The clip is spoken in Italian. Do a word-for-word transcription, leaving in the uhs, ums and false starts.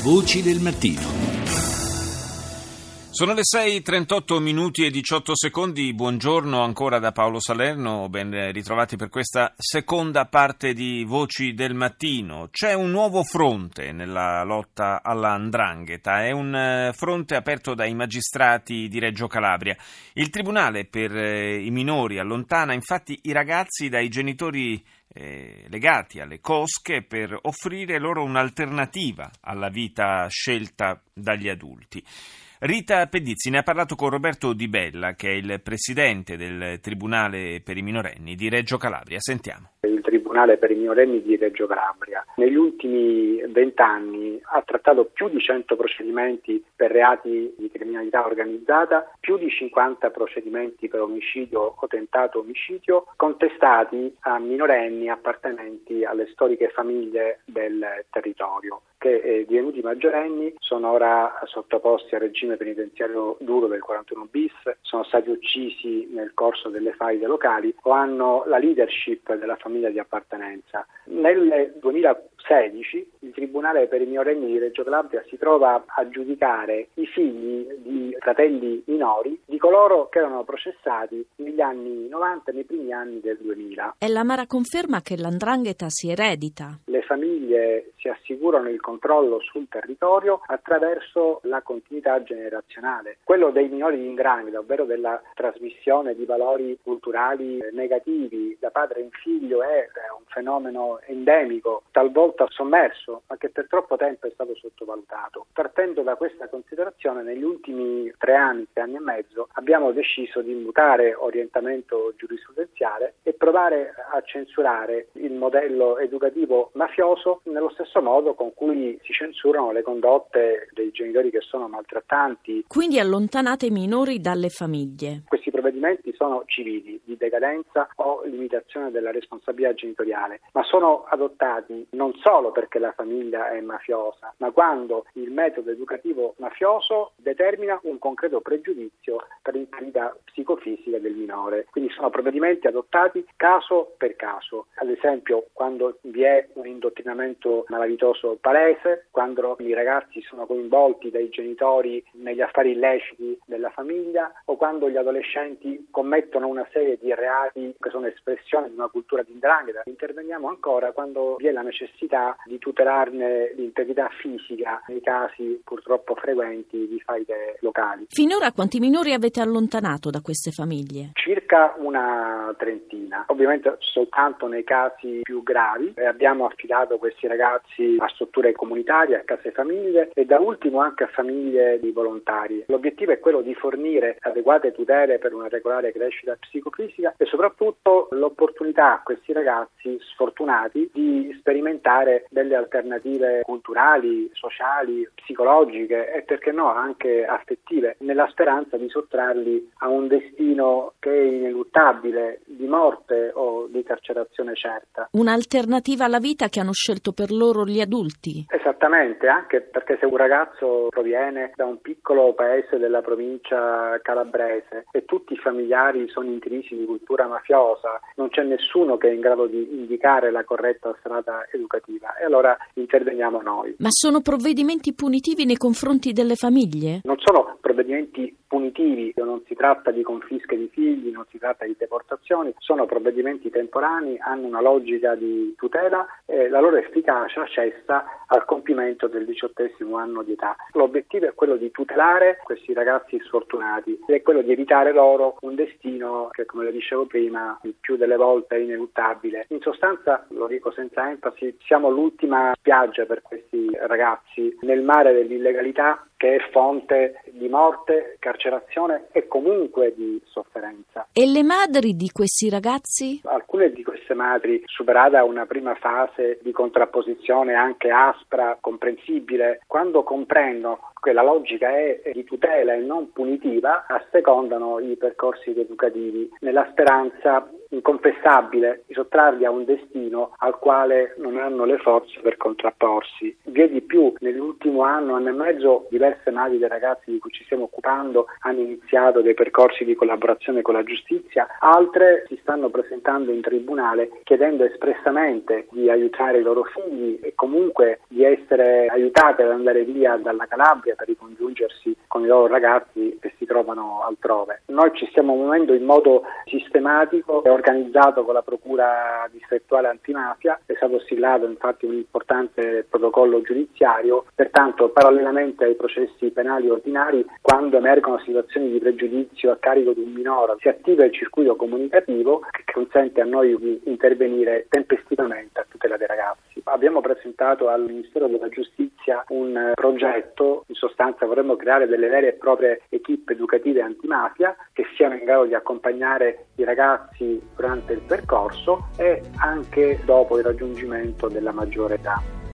Voci del mattino. Sono le sei e trentotto minuti e diciotto secondi, buongiorno ancora da Paolo Salerno, ben ritrovati per questa seconda parte di Voci del Mattino. C'è un nuovo fronte nella lotta alla 'ndrangheta, è un fronte aperto dai magistrati di Reggio Calabria. Il Tribunale per i minori allontana infatti i ragazzi dai genitori eh, legati alle cosche per offrire loro un'alternativa alla vita scelta dagli adulti. Rita Pedizzi ne ha parlato con Roberto Di Bella, che è il presidente del Tribunale per i minorenni di Reggio Calabria. Sentiamo. Il Tribunale per i minorenni di Reggio Calabria negli ultimi vent'anni ha trattato più di cento procedimenti per reati di criminalità organizzata, più di cinquanta procedimenti per omicidio o tentato omicidio contestati a minorenni appartenenti alle storiche famiglie del territorio, che eh, divenuti maggiorenni sono ora sottoposti al regime penitenziario duro del quarantuno bis, sono stati uccisi nel corso delle faide locali o hanno la leadership della famiglia di appartenenza. Nel duemilasedici il Tribunale per i minorenni di Reggio Calabria si trova a giudicare i figli di fratelli minori di coloro che erano processati negli anni novanta e nei primi anni del duemila. È l'amara conferma che l'andrangheta si eredita. Le famiglie si assicurano il controllo sul territorio attraverso la continuità generazionale. Quello dei minori di 'ndrangheta, ovvero della trasmissione di valori culturali negativi da padre in figlio, è un fenomeno endemico, talvolta sommerso, ma che per troppo tempo è stato sottovalutato. Partendo da questa considerazione, negli ultimi tre anni, tre anni e mezzo, abbiamo deciso di mutare orientamento giurisprudenziale e provare a censurare il modello educativo mafioso nello stesso modo con cui si censurano le condotte dei genitori che sono maltrattanti. Quindi allontanate i minori dalle famiglie. Questi provvedimenti sono civili, di decadenza o limitazione della responsabilità genitoriale, ma sono adottati non solo perché la famiglia è mafiosa, ma quando il metodo educativo mafioso determina un concreto pregiudizio per l'integrità psicofisica del minore. Quindi sono provvedimenti adottati caso per caso. Ad esempio, quando vi è un indottrinamento malavitoso palese, quando i ragazzi sono coinvolti dai genitori negli affari illeciti della famiglia o quando gli adolescenti commettono una serie di reati che sono espressione di una cultura di 'ndrangheta. Interveniamo ancora quando vi è la necessità di tutelarne l'integrità fisica nei casi purtroppo frequenti di faide locali. Finora quanti minori avete allontanato da queste famiglie? Circa una trentina, ovviamente soltanto nei casi più gravi. Abbiamo affidato questi ragazzi a strutture comunitarie, a case famiglie e da ultimo anche a famiglie di volontari. L'obiettivo è quello di fornire adeguate tutele per una regolare crescita psicofisica e soprattutto l'opportunità a questi ragazzi sfortunati di sperimentare delle alternative culturali, sociali, psicologiche e perché no anche affettive, nella speranza di sottrarli a un destino che è ineluttabile di morte o di carcerazione certa. Un'alternativa alla vita che hanno scelto per loro gli adulti. Esattamente, anche perché se un ragazzo proviene da un piccolo paese della provincia calabrese e tutti i familiari sono intrisi di cultura mafiosa, non c'è nessuno che è in grado di indicare la corretta strada educativa e allora interveniamo noi. Ma sono provvedimenti punitivi nei confronti delle famiglie? Non sono provvedimenti punitivi, non si tratta di confische di figli, non si tratta di deportazioni, sono provvedimenti temporanei, hanno una logica di tutela e la loro efficacia cessa al compimento del diciottesimo anno di età. L'obiettivo è quello di tutelare questi ragazzi sfortunati ed è quello di evitare loro un destino che, come le dicevo prima, il più delle volte è ineluttabile. In sostanza, lo dico senza enfasi, siamo l'ultima spiaggia per questi ragazzi nel mare dell'illegalità che è fonte di morte, carcerazione e comunque di sofferenza. E le madri di questi ragazzi? Alcune di queste madri, superata una prima fase di contrapposizione anche aspra, comprensibile, quando comprendono che la logica è di tutela e non punitiva, assecondano i percorsi educativi nella speranza inconfessabile di sottrarli a un destino al quale non hanno le forze per contrapporsi. Vi è di più, negli ultimi nell'ultimo anno, anno e mezzo, diverse madri dei ragazzi di cui ci stiamo occupando hanno iniziato dei percorsi di collaborazione con la giustizia, altre si stanno presentando in tribunale chiedendo espressamente di aiutare i loro figli e comunque di essere aiutate ad andare via dalla Calabria per ricongiungersi con i loro ragazzi che si trovano altrove. Noi ci stiamo muovendo in modo sistematico e organizzato con la Procura distrettuale antimafia, è stato stilato infatti un importante protocollo giudiziario, pertanto parallelamente ai processi penali ordinari, quando emergono situazioni di pregiudizio a carico di un minore, si attiva il circuito comunicativo che consente a noi di intervenire tempestivamente a tutela dei ragazzi. Abbiamo presentato al Ministero della Giustizia un progetto, in sostanza vorremmo creare delle vere e proprie equipe educative antimafia che siano in grado di accompagnare i ragazzi durante il percorso e anche dopo il raggiungimento della maggiore età.